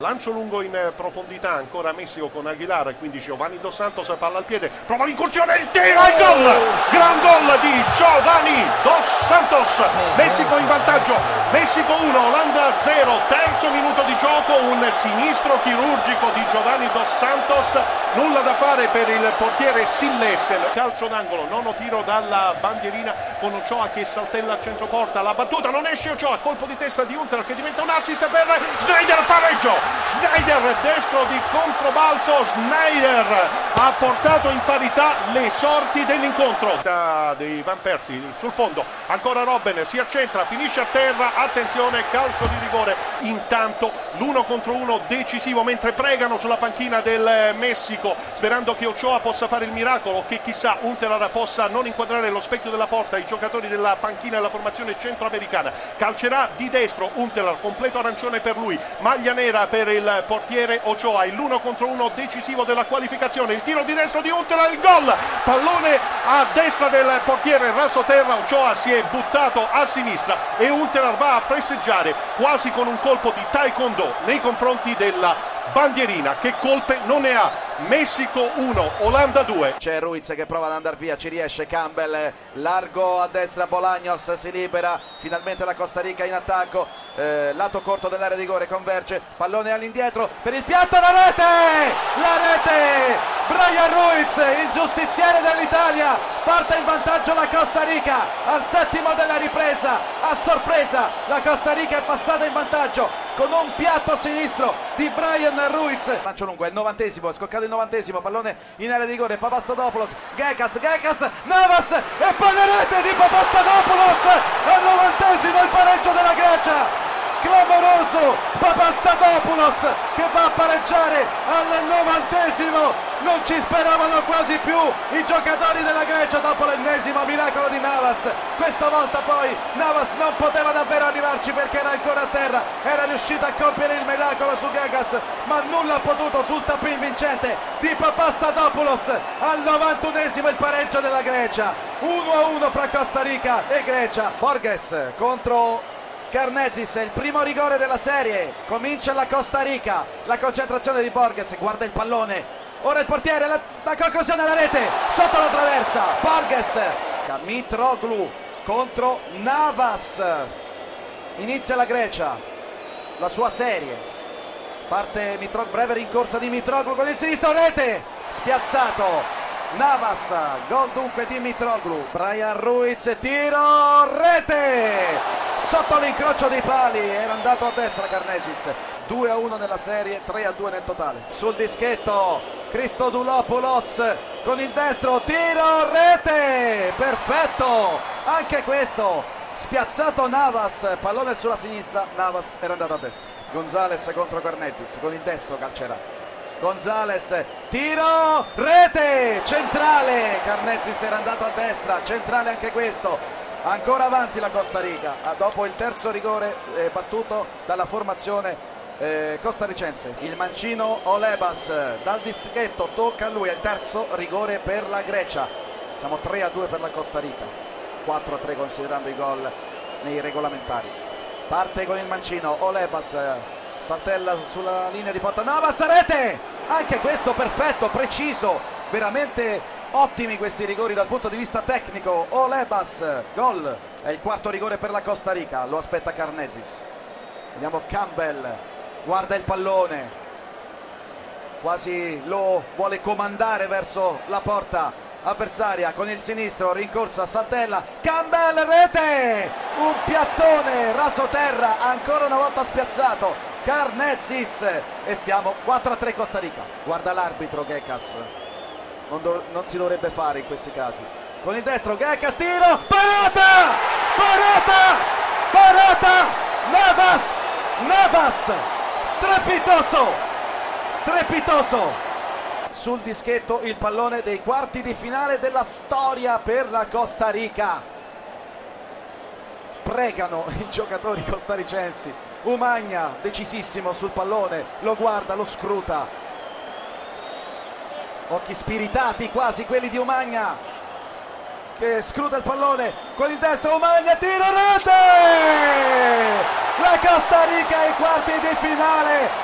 Lancio lungo in profondità, ancora Messico con Aguilar, quindi Giovanni Dos Santos, palla al piede, prova l'incursione, il tiro, il gol! Gran gol di Giovanni Dos Santos, Messico in vantaggio, Messico 1, Olanda 0, terzo minuto di gioco, un sinistro chirurgico di Giovanni Dos Santos, nulla da fare per il portiere Silles, calcio d'angolo, nono tiro dalla bandierina con Ochoa che saltella a centroporta, la battuta, non esce Ochoa, colpo di testa di Huntelaar che diventa un assist per Schneider, pareggio! Schneider destro di controbalzo, Schneider ha portato in parità le sorti dell'incontro dei Van Persie sul fondo, ancora Robben si accentra, finisce a terra, attenzione, calcio di rigore, intanto l'1 contro 1 decisivo mentre pregano sulla panchina del Messico sperando che Ochoa possa fare il miracolo, che chissà Huntelaar possa non inquadrare lo specchio della porta i giocatori della panchina della formazione centroamericana. Calcerà di destro Huntelaar, completo arancione per lui, maglia nera per il portiere Ochoa, l'1 contro 1 decisivo della qualificazione, il tiro di destro di Huntelaar, il gol, pallone a destra del portiere rasoterra, Ochoa si è buttato a sinistra e Huntelaar va a festeggiare quasi con un colpo di taekwondo nei confronti della bandierina, che colpe non ne ha. Messico 1, Olanda 2. C'è Ruiz che prova ad andare via, ci riesce Campbell, largo a destra, Bolaños si libera, finalmente la Costa Rica in attacco, lato corto dell'area di rigore, converge, pallone all'indietro per il piatto, la rete, Brian Ruiz, il giustiziere dell'Italia, parte in vantaggio la Costa Rica al settimo della ripresa, a sorpresa la Costa Rica è passata in vantaggio con un piatto sinistro di Brian Ruiz. Lancio lungo, è il 90esimo, è scoccato il 90esimo, pallone in area di rigore, Papastadopoulos, Gekas, Navas e poi la rete di Papastadopoulos al 90esimo, il pareggio della Grecia. Clamoroso Papastadopoulos che va a pareggiare al 90esimo, non ci speravano quasi più i giocatori della Grecia dopo l'ennesimo miracolo di Navas. Questa volta poi Navas non poteva davvero arrivarci perché era ancora a terra, era riuscito a compiere il miracolo su Gekas ma nulla ha potuto sul tap-in vincente di Papastadopoulos al 91esimo, il pareggio della Grecia, 1-1 fra Costa Rica e Grecia. Borges contro Karnezis, il primo rigore della serie, comincia la Costa Rica, la concentrazione di Borges, guarda il pallone, ora il portiere, la conclusione alla rete, sotto la traversa, Borges, Mitroglou contro Navas, inizia la Grecia, la sua serie, parte breve rincorsa di Mitroglou con il sinistro, rete, spiazzato, Navas, gol dunque di Mitroglou, Brian Ruiz, tiro, rete! Sotto l'incrocio dei pali, era andato a destra Karnezis, 2-1 nella serie, 3-2 nel totale. Sul dischetto, Christodouloulos con il destro, tiro, rete, perfetto, anche questo, spiazzato Navas, pallone sulla sinistra, Navas era andato a destra. Gonzalez contro Karnezis, con il destro calcerà. Gonzalez, tiro, rete, centrale, Karnezis era andato a destra, centrale anche questo. Ancora avanti la Costa Rica dopo il terzo rigore battuto dalla formazione costaricense. Il mancino Olebas dal dischetto tocca a lui, è il terzo rigore per la Grecia. Siamo 3-2 per la Costa Rica, 4-3 considerando i gol nei regolamentari. Parte con il mancino Olebas, saltella sulla linea di porta, Navas, rete, anche questo perfetto, preciso, veramente ottimi questi rigori dal punto di vista tecnico. Olebas, gol, è il quarto rigore per la Costa Rica, lo aspetta Karnezis. Vediamo Campbell, guarda il pallone, quasi lo vuole comandare verso la porta avversaria con il sinistro, rincorsa, saltella, Campbell, rete, un piattone, rasoterra, ancora una volta spiazzato Karnezis e siamo 4-3 Costa Rica. Guarda l'arbitro Gekas, non si dovrebbe fare in questi casi, con il destro Gekas, tiro, parata, Navas, strepitoso, sul dischetto il pallone dei quarti di finale della storia per la Costa Rica. Pregano i giocatori costaricensi, Umagna decisissimo sul pallone, lo guarda, lo scruta, occhi spiritati quasi quelli di Umagna che scruta il pallone con il destro, Umagna, tiro, rete! La Costa Rica ai quarti di finale